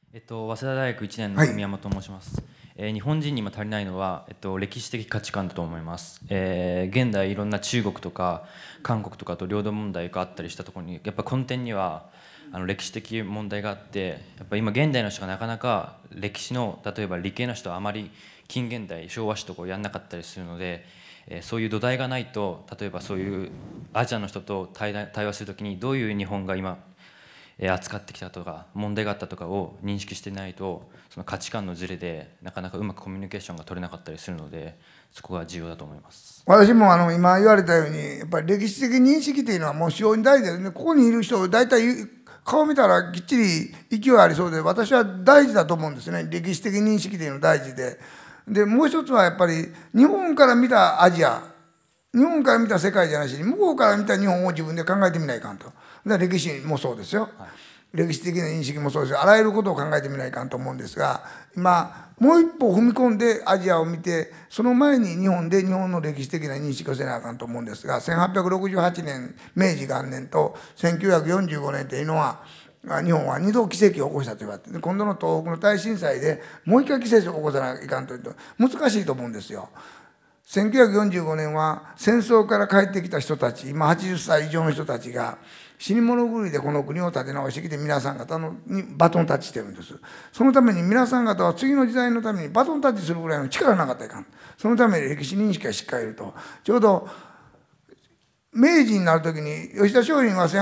早稲田大学1年のはい。 神山と申します。日本人に今足りないのは、歴史的価値観だと思います。現代いろんな中国とか韓国とかと領土問題があったりしたところにやっぱ根底には歴史的問題があって、やっぱ今現代の人がなかなか歴史の例えば理系の人はあまり近現代昭和史とかをやんなかったりするので、そういう土台がないと、例えばそういうアジアの人と対話するときにどういう日本が今扱ってきたとか問題があったとかを認識してないと、その価値観のズレでなかなかうまくコミュニケーションが取れなかったりするので、そこが重要だと思います。 私も今言われたように、やっぱり歴史的認識というのはもう非常に大事ですね。ここにいる人、大体顔見たらきっちり勢いありそうで、私は大事だと思うんですね。歴史的認識というのは大事で。で、もう一つはやっぱり日本から見たアジア、日本から見た世界じゃないし、向こうから見た日本を自分で考えてみないかんと。歴史もそうですよ。歴史的な認識もそうですよ。あらゆることを考えてみないかんと思うんですが、今もう一歩踏み込んでアジアを見て、その前に日本で日本の歴史的な認識をせなあかんと思うんですが、1868年明治元年と1945年というのは、日本は2度奇跡を起こしたと言われて、今度の東北の大震災でもう一回奇跡を起こさないかんというと難しいと思うんですよ。1945年は戦争から帰ってきた人たち、今80歳以上の人たちが死に物狂いでこの国を立て直してきて、皆さん方にバトンタッチしてるんです。そのために皆さん方は次の時代のためにバトンタッチするぐらいの力なかったらいかん。そのために歴史認識がしっかりいると。ちょうど明治になるときに吉田松陰は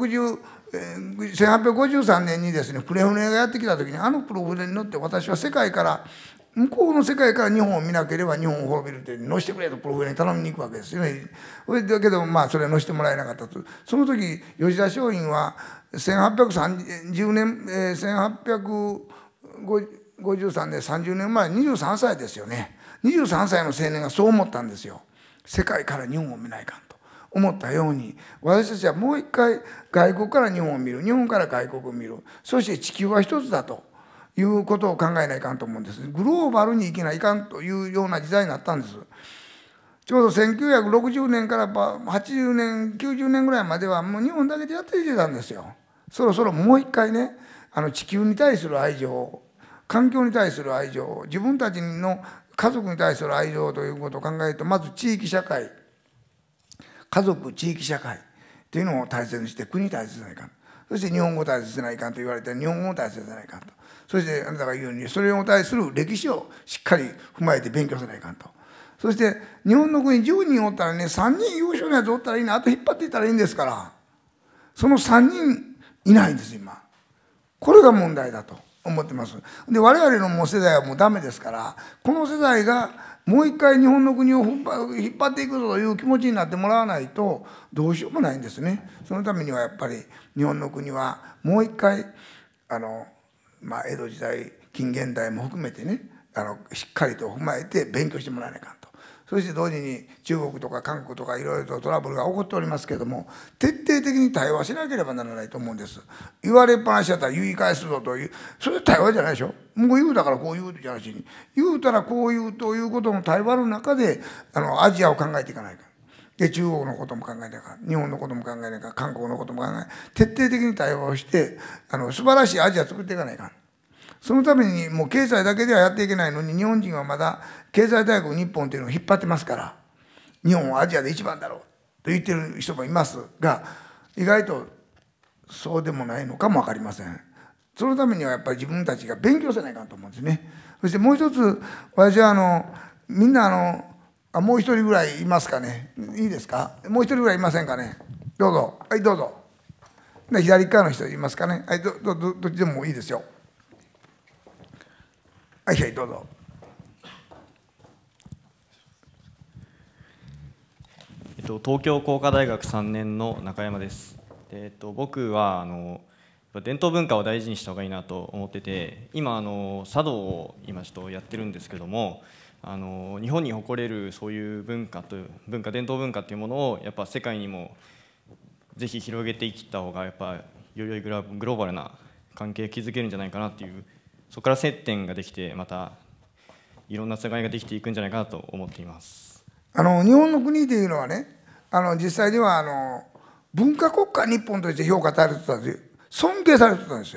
1853年にですね、黒船がやってきたときに、あの黒船に乗って私は世界から向こうの世界から日本を見なければ日本を滅びるって乗せてくれとプロフレに頼みに行くわけですよね。だけどそれは乗せてもらえなかったと。その時吉田松陰は1830年、1853年30年前23歳ですよね。23歳の青年がそう思ったんですよ。世界から日本を見ないかんと思ったように、私たちはもう一回外国から日本を見る、日本から外国を見る、そして地球は一つだということを考えないかんと思うんです。グローバルに生きないかんというような時代になったんです。ちょうど1960年から80年90年ぐらいまではもう日本だけでやっていけたんですよ。そろそろもう一回ね、地球に対する愛情、環境に対する愛情、自分たちの家族に対する愛情ということを考えると、まず地域社会、家族地域社会というのを大切にして、国大切にないかん、そして日本語大切にないかんと言われて、日本語を大切にないかんと、そしてあなたが言うようにそれに対する歴史をしっかり踏まえて勉強せないかんと。そして日本の国10人おったらね、3人優秀なやつおったらいいな、あと引っ張っていったらいいんですから、その3人いないんです今。これが問題だと思ってます。で、我々のもう世代はもうダメですから、この世代がもう一回日本の国を引っ張っていくという気持ちになってもらわないとどうしようもないんですね。そのためにはやっぱり日本の国はもう一回江戸時代近現代も含めてね、しっかりと踏まえて勉強してもらわないかんと。そして同時に中国とか韓国とかいろいろとトラブルが起こっておりますけれども、徹底的に対話しなければならないと思うんです。言われっぱなしだったら言い返すぞという、それ対話じゃないでしょ。もう言うだからこう言うじゃなしに、言うたらこう言うということの対話の中でアジアを考えていかないか。で、中国のことも考えないか、日本のことも考えないか、韓国のことも考えない、徹底的に対話をして素晴らしいアジアを作っていかないか。そのためにもう経済だけではやっていけないのに、日本人はまだ経済大国日本というのを引っ張ってますから、日本はアジアで一番だろうと言ってる人もいますが、意外とそうでもないのかも分かりません。そのためにはやっぱり自分たちが勉強せないかんと思うんですね。そしてもう一つ、私はみんなもう一人ぐらいいますかね。いいですか。もう一人ぐらいいませんかね。どうぞ。はい、どうぞ。左側の人いますかね。はい、どっちでもいいですよ。はいはい、どうぞ。 東京工科大学3年の中山です。僕は伝統文化を大事にした方がいいなと思ってて、今茶道を今ちょっとやってるんですけども、日本に誇れるそういう伝統文化というものをやっぱ世界にもぜひ広げていった方が、やっぱよりグローバルな関係を築けるんじゃないかなっていう、そこから接点ができて、またいろんなつながりができていくんじゃないかなと思っています。 日本の国というのはね、実際には文化国家日本として評価されてたんですよ。尊敬されてたんですよ。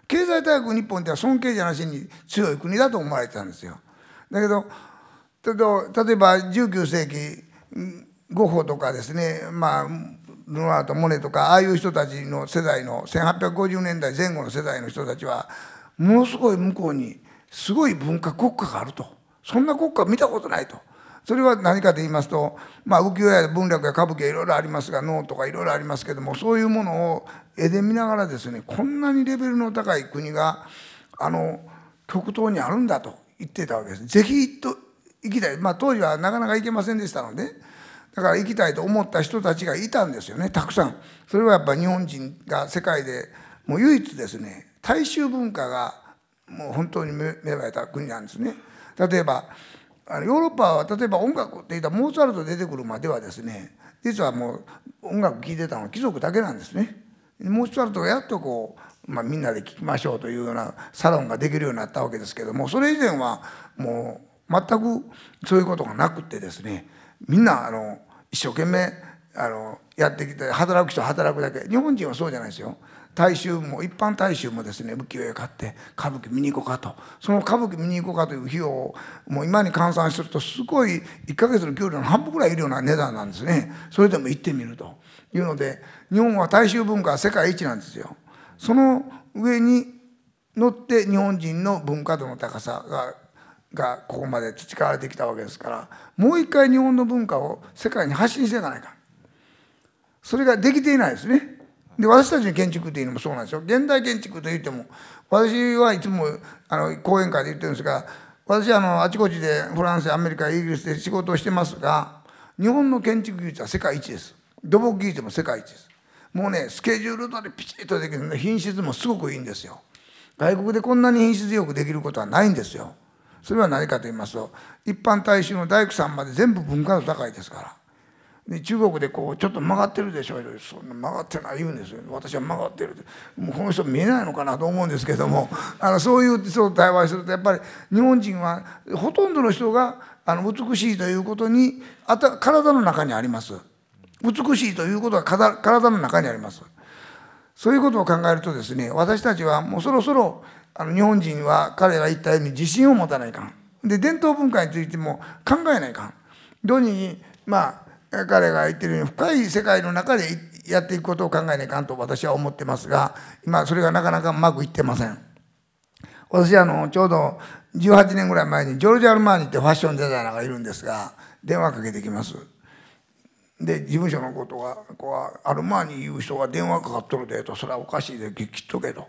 経済大国日本では尊敬じゃなしに強い国だと思われてたんですよ。だけど例えば19世紀ゴッホとかですね、ルノワールとモネとかああいう人たちの世代の1850年代前後の世代の人たちはものすごい向こうにすごい文化国家があると、そんな国家見たことないと。それは何かと言いますと、浮世絵や文楽や歌舞伎はいろいろありますが、能とかいろいろありますけども、そういうものを絵で見ながらですね、こんなにレベルの高い国が極東にあるんだと言ってたわけです。ぜひ行きたい、当時はなかなか行けませんでしたので、だから行きたいと思った人たちがいたんですよね、たくさん。それはやっぱり日本人が世界でもう唯一ですね、大衆文化がもう本当に芽生えた国なんですね。例えばヨーロッパは例えば音楽っていったらモーツァルト出てくるまではですね、実はもう音楽聴いてたのは貴族だけなんですね。モーツァルトがやっとみんなで聴きましょうというようなサロンができるようになったわけですけども、それ以前はもう全くそういうことがなくってですね、みんな一生懸命やってきて、働く人は働くだけ。日本人はそうじゃないですよ。大衆も一般大衆もですね、浮世絵買って歌舞伎見に行こうかと、その歌舞伎見に行こうかという費用をもう今に換算するとすごい1ヶ月の給料の半分ぐらいいるような値段なんですね。それでも行ってみるというので、日本は大衆文化は世界一なんですよ。その上に乗って日本人の文化度の高さがここまで培われてきたわけですから、もう一回日本の文化を世界に発信していかないか。それができていないですね。で、私たちの建築っていうのもそうなんですよ。現代建築といっても、私はいつも講演会で言ってるんですが、私はあちこちでフランス、アメリカ、イギリスで仕事をしてますが、日本の建築技術は世界一です。土木技術も世界一です。もうね、スケジュール通りピチッとできるので、品質もすごくいいんですよ。外国でこんなに品質よくできることはないんですよ。それは何かと言いますと、一般大衆の大工さんまで全部文化度高いですから。で、中国でちょっと曲がってるでしょ、そんな曲がってない言うんですよ。私は曲がってるって、もうこの人見えないのかなと思うんですけども、そういう人と対話すると、やっぱり日本人はほとんどの人が美しいということに体の中にあります。美しいということは体の中にあります。そういうことを考えるとですね、私たちはもうそろそろ日本人は彼が言ったように自信を持たないかん。で、伝統文化についても考えないかん。同時に彼が言ってるように深い世界の中でやっていくことを考えないかんと私は思ってますが、今それがなかなかうまくいってません。私ちょうど18年ぐらい前にジョルジ・アルマーニってファッションデザイナーがいるんですが、電話かけてきます。で、事務所のことがアルマーニいう人が電話かかっとるでと、それはおかしいで切っとけと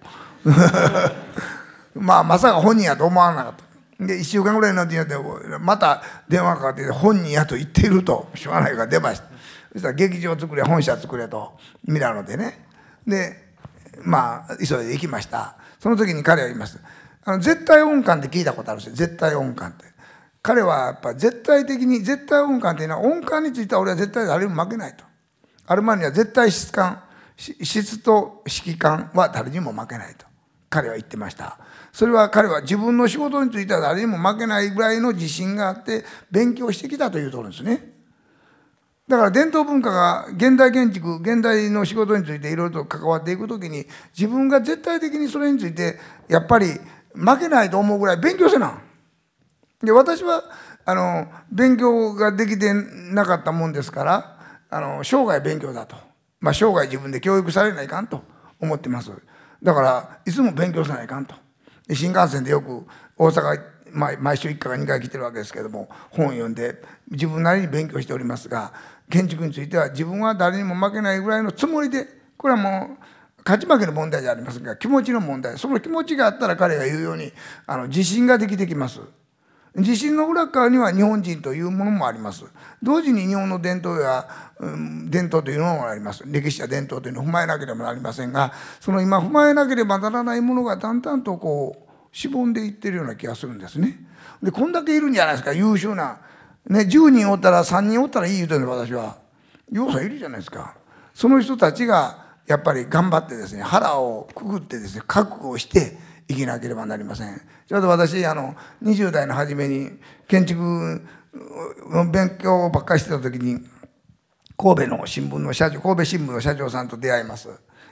まさか本人やと思わなかった。で、1週間ぐらいになってまた電話かかってきて、本人やと言っていると、しょうがないから出ました。そしたら劇場作れ、本社作れと、ミラノでね。で、急いで行きました。その時に彼は言います。絶対音感って聞いたことあるんですよ。絶対音感って。彼はやっぱ絶対的に、絶対音感っていうのは、音感については俺は絶対誰にも負けないと。アルマーニは絶対質と指揮感は誰にも負けないと彼は言ってました。それは彼は自分の仕事については誰にも負けないぐらいの自信があって勉強してきたというところですね。だから伝統文化が現代建築、現代の仕事についていろいろと関わっていくときに、自分が絶対的にそれについてやっぱり負けないと思うぐらい勉強せな。で、私は勉強ができてなかったもんですから生涯勉強だと、生涯自分で教育されないかんと思ってます。だからいつも勉強さないかんと。で、新幹線でよく大阪、毎週1回か2回来てるわけですけども、本を読んで自分なりに勉強しておりますが、建築については自分は誰にも負けないぐらいのつもりで、これはもう勝ち負けの問題じゃありませんが、気持ちの問題。その気持ちがあったら彼が言うように自信ができてきます。自信の裏側には日本人というものもあります。同時に日本の伝統というのもあります。歴史や伝統というのを踏まえなければなりませんが、その今踏まえなければならないものがだんだんとしぼんでいってるような気がするんですね。で、こんだけいるんじゃないですか、優秀な。10人おったら3人おったらいい言うてるんです、私は。要素いるじゃないですか。その人たちがやっぱり頑張ってですね、腹をくぐってですね、覚悟をして生きなければなりません。ちょうど私20代の初めに建築の勉強ばっかりしてた時に神戸新聞の社長さんと出会います。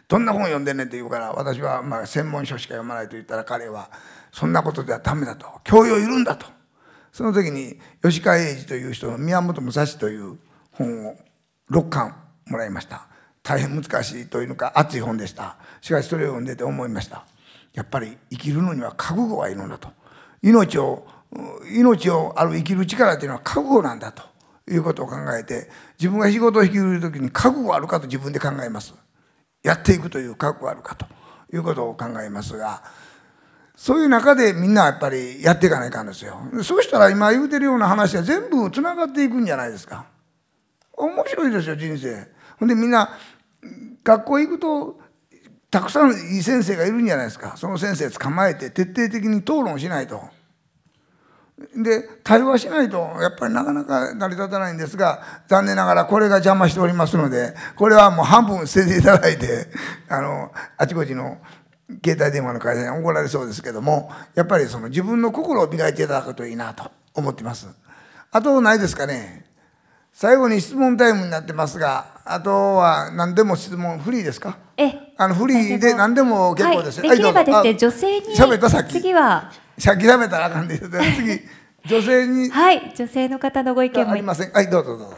どんな本読んでんねんって言うから、私はまあ専門書しか読まないと言ったら、彼はそんなことではダメだと、教養いるんだと。その時に吉川英治という人の宮本武蔵という本を6巻もらいました。大変難しいというのか熱い本でした。しかしそれを読んでて思いました。やっぱり生きるのには覚悟がいるんだと。命をある生きる力というのは覚悟なんだということを考えて、自分が仕事を引き受ける時に覚悟があるかと自分で考えます。やっていくという覚悟があるかということを考えますが、そういう中でみんなやっぱりやっていかないかんですよ。そうしたら今言うてるような話は全部つながっていくんじゃないですか。面白いですよ、人生。ほんでみんな学校行くとたくさんいい先生がいるんじゃないですか。その先生捕まえて徹底的に討論しないと。で対話しないとやっぱりなかなか成り立たないんですが、残念ながらこれが邪魔しておりますので、これはもう半分捨てていただいて、あちこちの携帯電話の会社に怒られそうですけども、やっぱりその自分の心を磨いていただくといいなと思ってます。あとないですかね。最後に質問タイムになってますが、あとは何でも質問フリーですか？フリーで何でも結構です。 できればですね、女性に喋ったさっき。 次はさっき喋ったらあかんで、次女性にはい女性の方のご意見もありません。はい、どうぞどうぞ。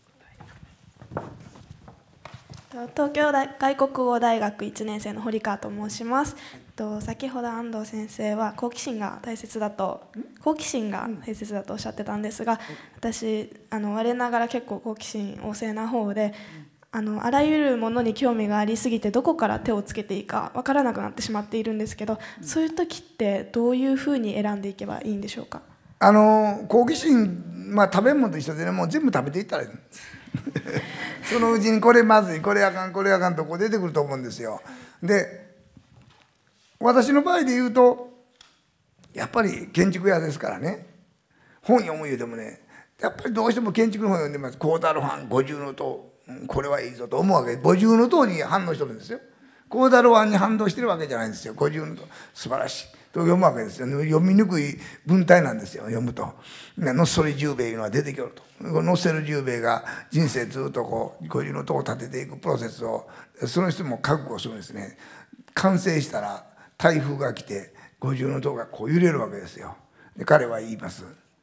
東京外国語大学1年生の堀川と申します。先ほど安藤先生は好奇心が大切だとおっしゃってたんですが、私我ながら結構好奇心旺盛な方で、あらゆるものに興味がありすぎてどこから手をつけていいか分からなくなってしまっているんですけど、そういう時ってどういうふうに選んでいけばいいんでしょうか？ 好奇心、食べ物と一緒でね、もう全部食べていったらいいそのうちにこれまずい、これあかん、これあかんとこう出てくると思うんですよ。で私の場合で言うとやっぱり建築屋ですからね、本読む言うてもね、やっぱりどうしても建築の本読んでます。コーダルファン五重塔、これはいいぞと思うわけで、五重塔に反応してるんですよ。コーダルファンに反応してるわけじゃないんですよ。五重塔素晴らしいと読むわけですよ。読みにくい文体なんですよ。読むとのっそり十兵衛いうのが出てきよると。のっせる十兵衛が人生ずっとこう五重塔を立てていくプロセスをその人も覚悟するんですね。完成したら台風が来て五重塔がこう揺れるわけですよ。で彼は言います。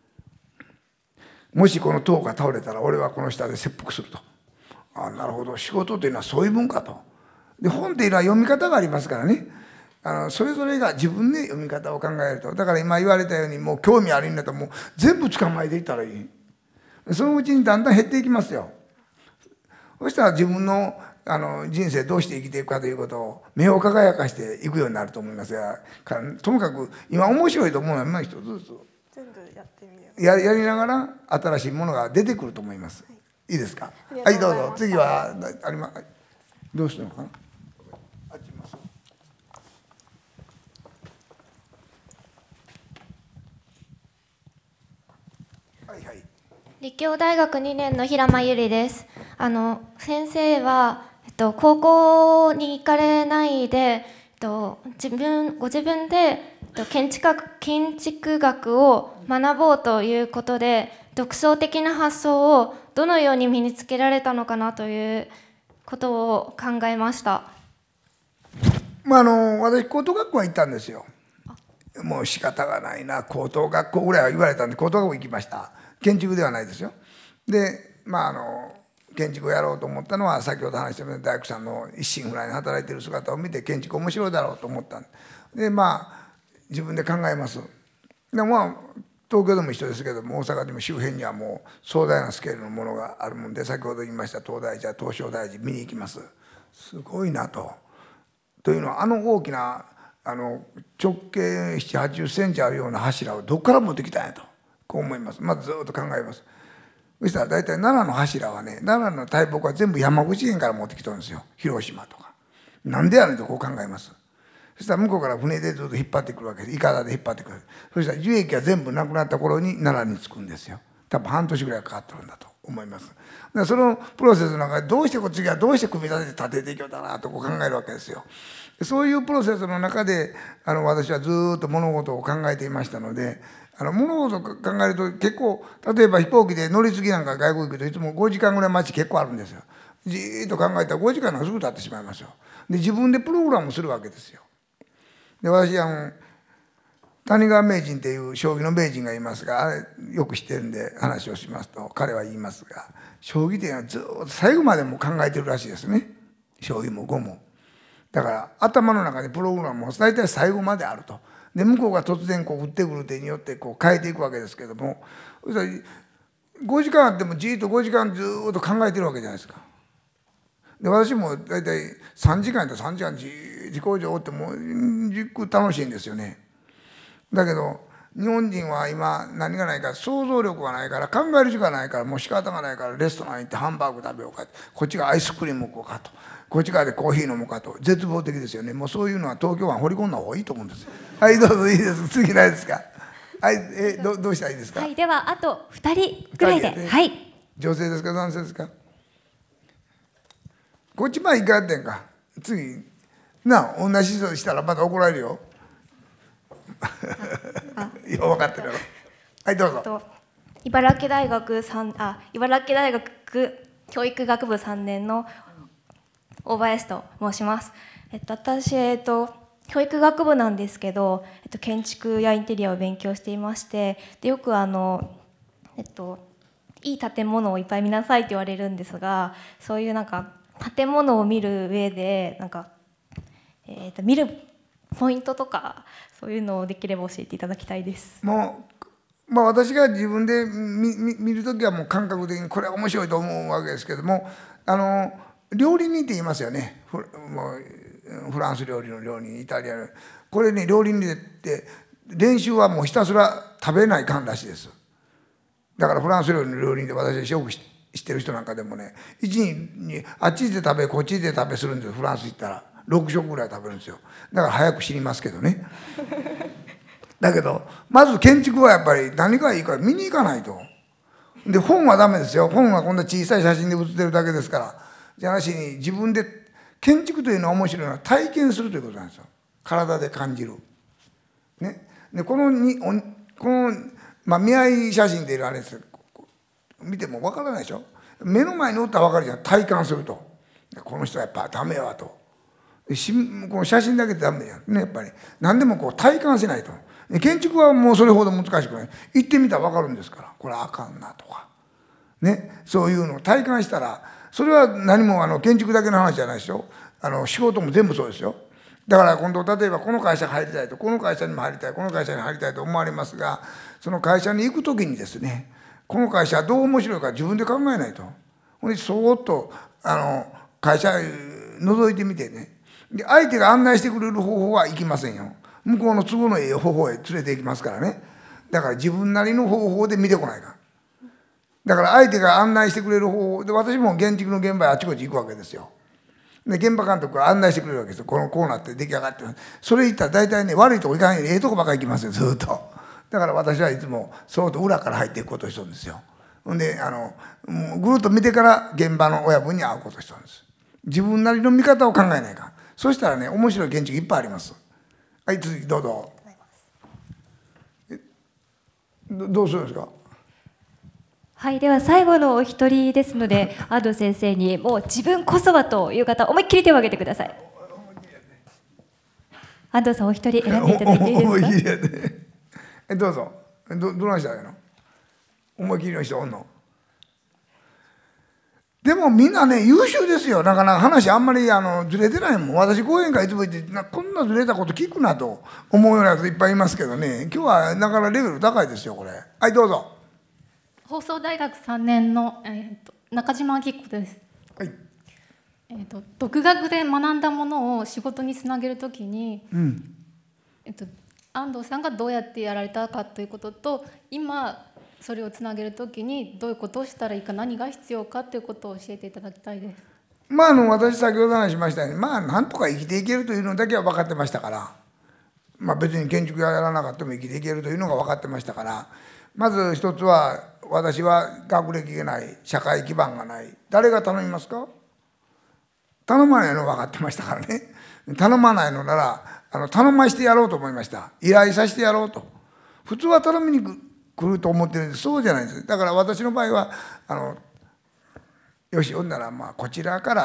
もしこの塔が倒れたら俺はこの下で切腹すると。ああなるほど、仕事というのはそういうもんかと。で本っていうのは読み方がありますからね、それぞれが自分で読み方を考えると。だから今言われたようにもう興味あるんだともう全部捕まえていったらいい。そのうちにだんだん減っていきますよ。そしたら自分の人生どうして生きていくかということを目を輝かしていくようになると思いますが、ともかく今面白いと思うのは今一つずつ全部やってみよう。 やりながら新しいものが出てくると思います。いいですか？はいどうぞ。次はあります。どうしたのかな。あっちいます。はいはい。 立教大学2年の平間由里です。先生は、高校に行かれないで、ご自分で、建築学を学ぼうということで独創的な発想をどのように身につけられたのかなということを考えました。 私高等学校は行ったんですよ。もう仕方がないな、高等学校ぐらいは言われたんで高等学校行きました。建築ではないですよ。で建築をやろうと思ったのは先ほど話したように大工さんの一心不乱に働いてる姿を見て建築面白いだろうと思ったんで、自分で考えます。で東京でも一緒ですけども大阪でも周辺にはもう壮大なスケールのものがあるもんで、先ほど言いました東大寺東照大寺見に行きます。すごいなと。というのは大きな直径7、80センチあるような柱をどこから持ってきたんやとこう思います。まずずっと考えます。そしたら大体奈良の柱はね、奈良の大木は全部山口県から持ってきたんですよ。広島とか。なんでやねんとこう考えます。そしたら向こうから船でずっと引っ張ってくるわけで、いかだで引っ張ってくる。そしたら樹液が全部なくなった頃に奈良に着くんですよ。多分半年ぐらいかかってるんだと思います。でそのプロセスの中でどうして次はどうして組み立てて立てていけようだなとこう考えるわけですよ。そういうプロセスの中で私はずっと物事を考えていましたので、物事を考えると結構例えば飛行機で乗り継ぎなんか外国行くといつも5時間ぐらい待ち結構あるんですよ。じーっと考えたら5時間がすぐ経ってしまいますよ。 で自分でプログラムするわけですよ。で私谷川名人っていう将棋の名人がいますが、あれよく知ってるんで話をしますと彼は言いますが、将棋っていうのはずっと最後までも考えてるらしいですね。将棋も碁も。だから頭の中でプログラムも大体最後まであると。で向こうが突然こう打ってくる手によってこう変えていくわけですけども、5時間あってもじっと5時間ずっと考えてるわけじゃないですか。で私も大体3時間やったら3時間じこうじおってもじっくり楽しいんですよね。だけど日本人は今何がないか想像力がないから考える時間がないからもう仕方がないからレストラン行ってハンバーグ食べようか、こっちがアイスクリーム食おうかと、こっち側でコーヒー飲むかと、絶望的ですよね。もうそういうのは東京湾掘り込んだ方がいいと思うんですよ。はいどうぞいいです。次ないですか。はいどうしたらいいですか。 はい、ではあと2人ぐらいで、 二人でねはい。 女性ですか男性ですか。こっち前一回やってんか。次な同じ人したらまた怒られるよ。いや分かってるやろ。はいどうぞ。 茨城大学教育学部3年の大林と申します。私教育学部なんですけど、建築やインテリアを勉強していまして、でよくいい建物をいっぱい見なさいって言われるんですが、そういうなんか建物を見る上でなんか、見るポイントとかそういうのをできれば教えていただきたいです。 もう私が自分で見るときはもう感覚的にこれは面白いと思うわけですけども、料理人って言いますよね。フランス料理の料理人、イタリアのこれね料理人って練習はもうひたすら食べないかんらしいです。だからフランス料理の料理人で私よく知ってる人なんかでもね、1日にあっちで食べこっちで食べするんですよ。フランス行ったら6食ぐらい食べるんですよ。だから早く死にますけどね。だけどまず建築はやっぱり何がいいか見に行かないと。で本はダメですよ。本はこんな小さい写真で写ってるだけですから。じゃなしに自分で建築というのは面白いのは体験するということなんですよ。体で感じる。ね。でこの見合い写真でいるあれですよ。見ても分からないでしょ。目の前におったら分かるじゃん。体感すると。この人はやっぱダメやわと。この写真だけでダメやんね。やっぱり何でもこう体感しないと。建築はもうそれほど難しくない。行ってみたら分かるんですから。これあかんなとかね、そういうのを体感したら、それは何も建築だけの話じゃないですよ。仕事も全部そうですよ。だから今度例えばこの会社入りたいと、この会社にも入りたい、この会社に入りたいと思われますが、その会社に行く時にですね、この会社はどう面白いか自分で考えないと。ほんでそーっと会社覗いてみてね、で相手が案内してくれる方法は行きませんよ。向こうの都合のいい方法へ連れて行きますからね。だから自分なりの方法で見てこないか。だから相手が案内してくれる方法で、私も建築の現場へあちこち行くわけですよ。で現場監督が案内してくれるわけですよ。こうなって出来上がってます。それ言ったら大体ね、悪いとこ行かないでええとこばっかり行きますよ、ずっと。だから私はいつもそうと裏から入っていくことをしてるんですよ。ほんでもうぐるっと見てから現場の親分に会うことをしてるんです。自分なりの見方を考えないかん。そしたらね、面白い建築いっぱいあります。はい、続きどうぞ。どうするんですか。 はい、では最後のお一人ですので、安藤先生にもう自分こそはという方、思いっきり手を挙げてください。安藤さんお一人選んでいただいていいですか。 思い切りやで。どうぞ。どないしたらいいの。思い切りの人おんの。でもみんなね優秀ですよ。なかなか話あんまりずれてないもん。私講演会いつも行ってこんなずれたこと聞くなと思うようなやついっぱいいますけどね、今日はなかなかレベル高いですよこれ。はいどうぞ。 放送大学3年の、中島明子です。 はい。 独学で学んだものを仕事につなげるときに、安藤さんがどうやってやられたかということと、今それをつなげるときにどういうことをしたらいいか、何が必要かということを教えていただきたいです。 私先ほど話しましたように、なんとか生きていけるというのだけは分かってましたから、別に建築やらなかったも生きていけるというのが分かってましたから、まず一つは私は学歴がない、社会基盤がない、誰が頼みますか。頼まないの分かってましたからね。頼まないのなら頼ましてやろうと思いました。依頼させてやろうと。普通は頼みに来ると思ってるんです。そうじゃないんです。だから私の場合はよしほんならこちらから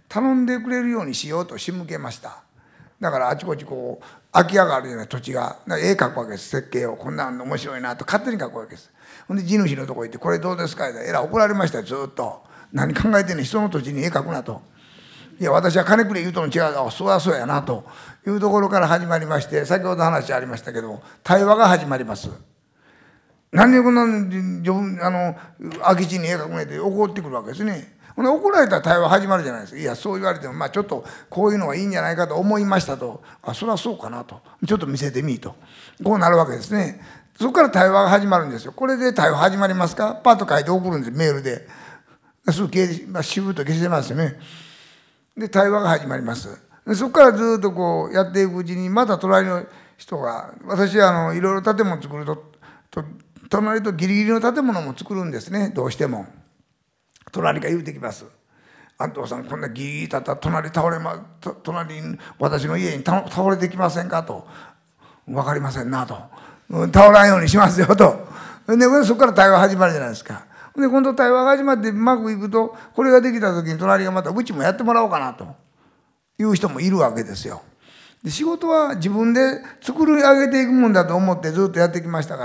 頼んでくれるようにしようと仕向けました。だからあちこちこう空き家があるような土地が絵描くわけです。設計をこんなん面白いなと勝手に描くわけです。ほんで地主のとこ行って「これどうですか?」ってえらい怒られましたよずっと。何考えてんねん、人の土地に絵描くなと。いや私は金くれ言うとの違う。あ、そうやそうやなというところから始まりまして、先ほど話ありましたけど対話が始まります。何でこんな空き地に絵描くねって怒ってくるわけですね。ほんで怒られたら対話始まるじゃないですか。いやそう言われてもまあちょっとこういうのがいいんじゃないかと思いましたと。あ、そりゃそうかなと。ちょっと見せてみいと。こうなるわけですね。そこから対話が始まるんですよ。これで対話始まりますか？パッと書いて送るんですメールで。すぐシューッと消してますよね。で対話が始まります。でそこからずっとこうやっていくうちにまた隣の人が、私はいろいろ建物作ると隣とギリギリの建物も作るんですね。どうしても隣が言うてきます。安藤さんこんなギリギリ建ったら隣に私の家に倒れてきませんかと。分かりませんなと。倒らんようにしますよと。でそこから対話始まるじゃないですか。で今度対話が始まってうまくいくと、これができた時に隣がまたうちもやってもらおうかなという人もいるわけですよ。で仕事は自分で作り上げていくもんだと思ってずっとやってきましたから、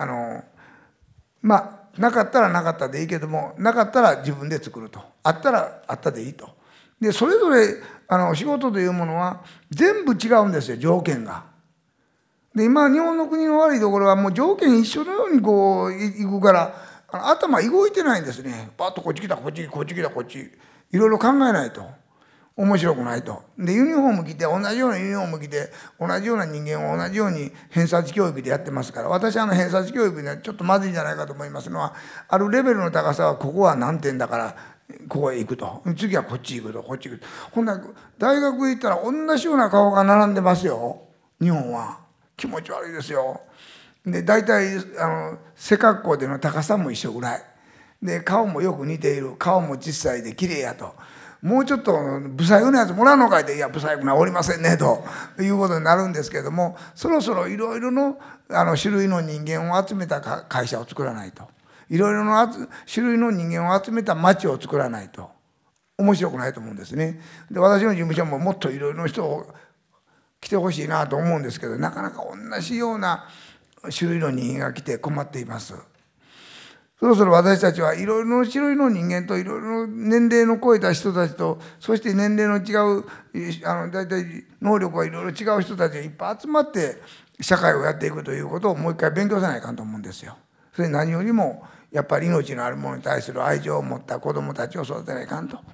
まあなかったらなかったでいいけども、なかったら自分で作ると、あったらあったでいいと。でそれぞれ仕事というものは全部違うんですよ、条件が。で今日本の国の悪いところはもう条件一緒のようにこういくから頭動いてないんですね。パッとこっち来たこっち、こっち来たこっち、いろいろ考えないと面白くないと。でユニフォーム着て同じようなユニフォーム着て同じような人間を同じように偏差値教育でやってますから、私は偏差値教育にはちょっとまずいんじゃないかと思いますのは、あるレベルの高さはここは何点だからここへ行くと、次はこっち行くと、こっち行くと。ほんなら大学行ったら同じような顔が並んでますよ。日本は気持ち悪いですよ。で大体背格好での高さも一緒ぐらいで、顔もよく似ている、顔も小さいで綺麗やと。もうちょっと不細工なやつもらうのかいって、いや不細工なおりませんねということになるんですけれども、そろそろいろいろの種類の人間を集めた会社を作らないと、いろいろな種類の人間を集めた町を作らないと面白くないと思うんですね。で私の事務所ももっといろいろな人を来てほしいなと思うんですけど、なかなか同じような種類の人間が来て困っています。そろそろ私たちはいろいろな種類の人間といろいろな年齢の超えた人たちと、そして年齢の違う大体能力がいろいろ違う人たちがいっぱい集まって社会をやっていくということをもう一回勉強せないかんと思うんですよ。それ何よりもやっぱり命のあるものに対する愛情を持った子どもたちを育てないかんと。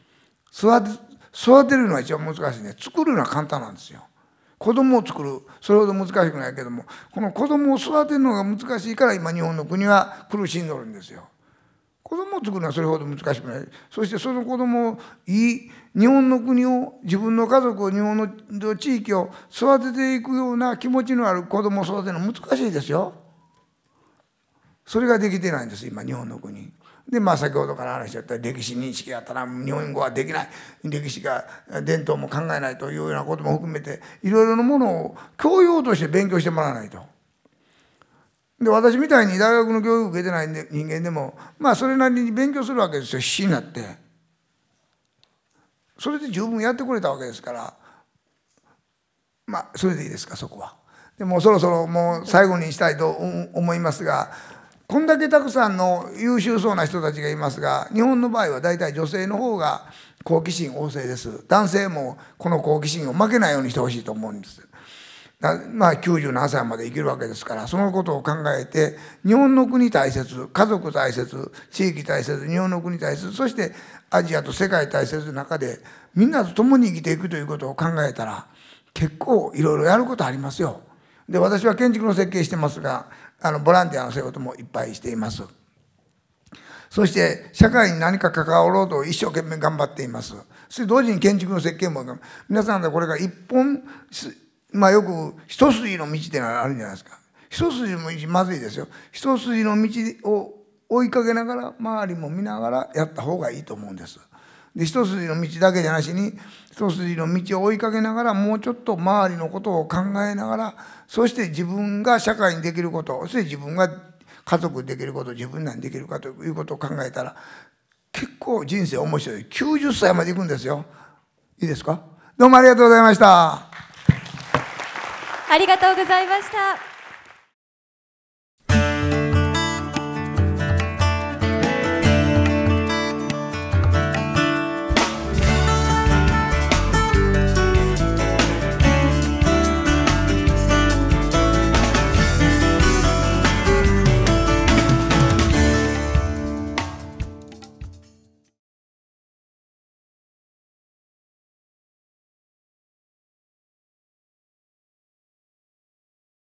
育てるのは一番難しいね。作るのは簡単なんですよ。子供を作る、それほど難しくないけども、この子供を育てるのが難しいから今日本の国は苦しんどるんですよ。子供を作るのはそれほど難しくない。そしてその子供を日本の国を、自分の家族を、日本の地域を育てていくような気持ちのある子供を育てるのは難しいですよ。それができてないんです今日本の国で。先ほどから話しちゃった歴史認識があったら日本語はできない、歴史が伝統も考えないというようなことも含めていろいろなものを教養として勉強してもらわないと。で私みたいに大学の教育を受けてない人間でもそれなりに勉強するわけですよ。必死になってそれで十分やってくれたわけですから、それでいいですかそこは。でもそろそろもう最後にしたいと思いますが、こんだけたくさんの優秀そうな人たちがいますが、日本の場合は大体女性の方が好奇心旺盛です。男性もこの好奇心を負けないようにしてほしいと思うんです。90何歳まで生きるわけですから、そのことを考えて日本の国大切、家族大切、地域大切、日本の国大切、そしてアジアと世界大切の中でみんなと共に生きていくということを考えたら結構いろいろやることありますよ。で私は建築の設計してますがボランティアの仕事もいっぱいしています。そして社会に何か関わろうと一生懸命頑張っています。そして同時に建築の設計も皆さんでこれが一本よく一筋の道っていうのがあるんじゃないですか。一筋の道まずいですよ。一筋の道を追いかけながら周りも見ながらやった方がいいと思うんです。で一筋の道だけじゃなしに一筋の道を追いかけながらもうちょっと周りのことを考えながら、そして自分が社会にできること、そして自分が家族にできること、自分らにできるかということを考えたら結構人生面白い。90歳まで行くんですよ。いいですか。どうもありがとうございました。 ありがとうございました。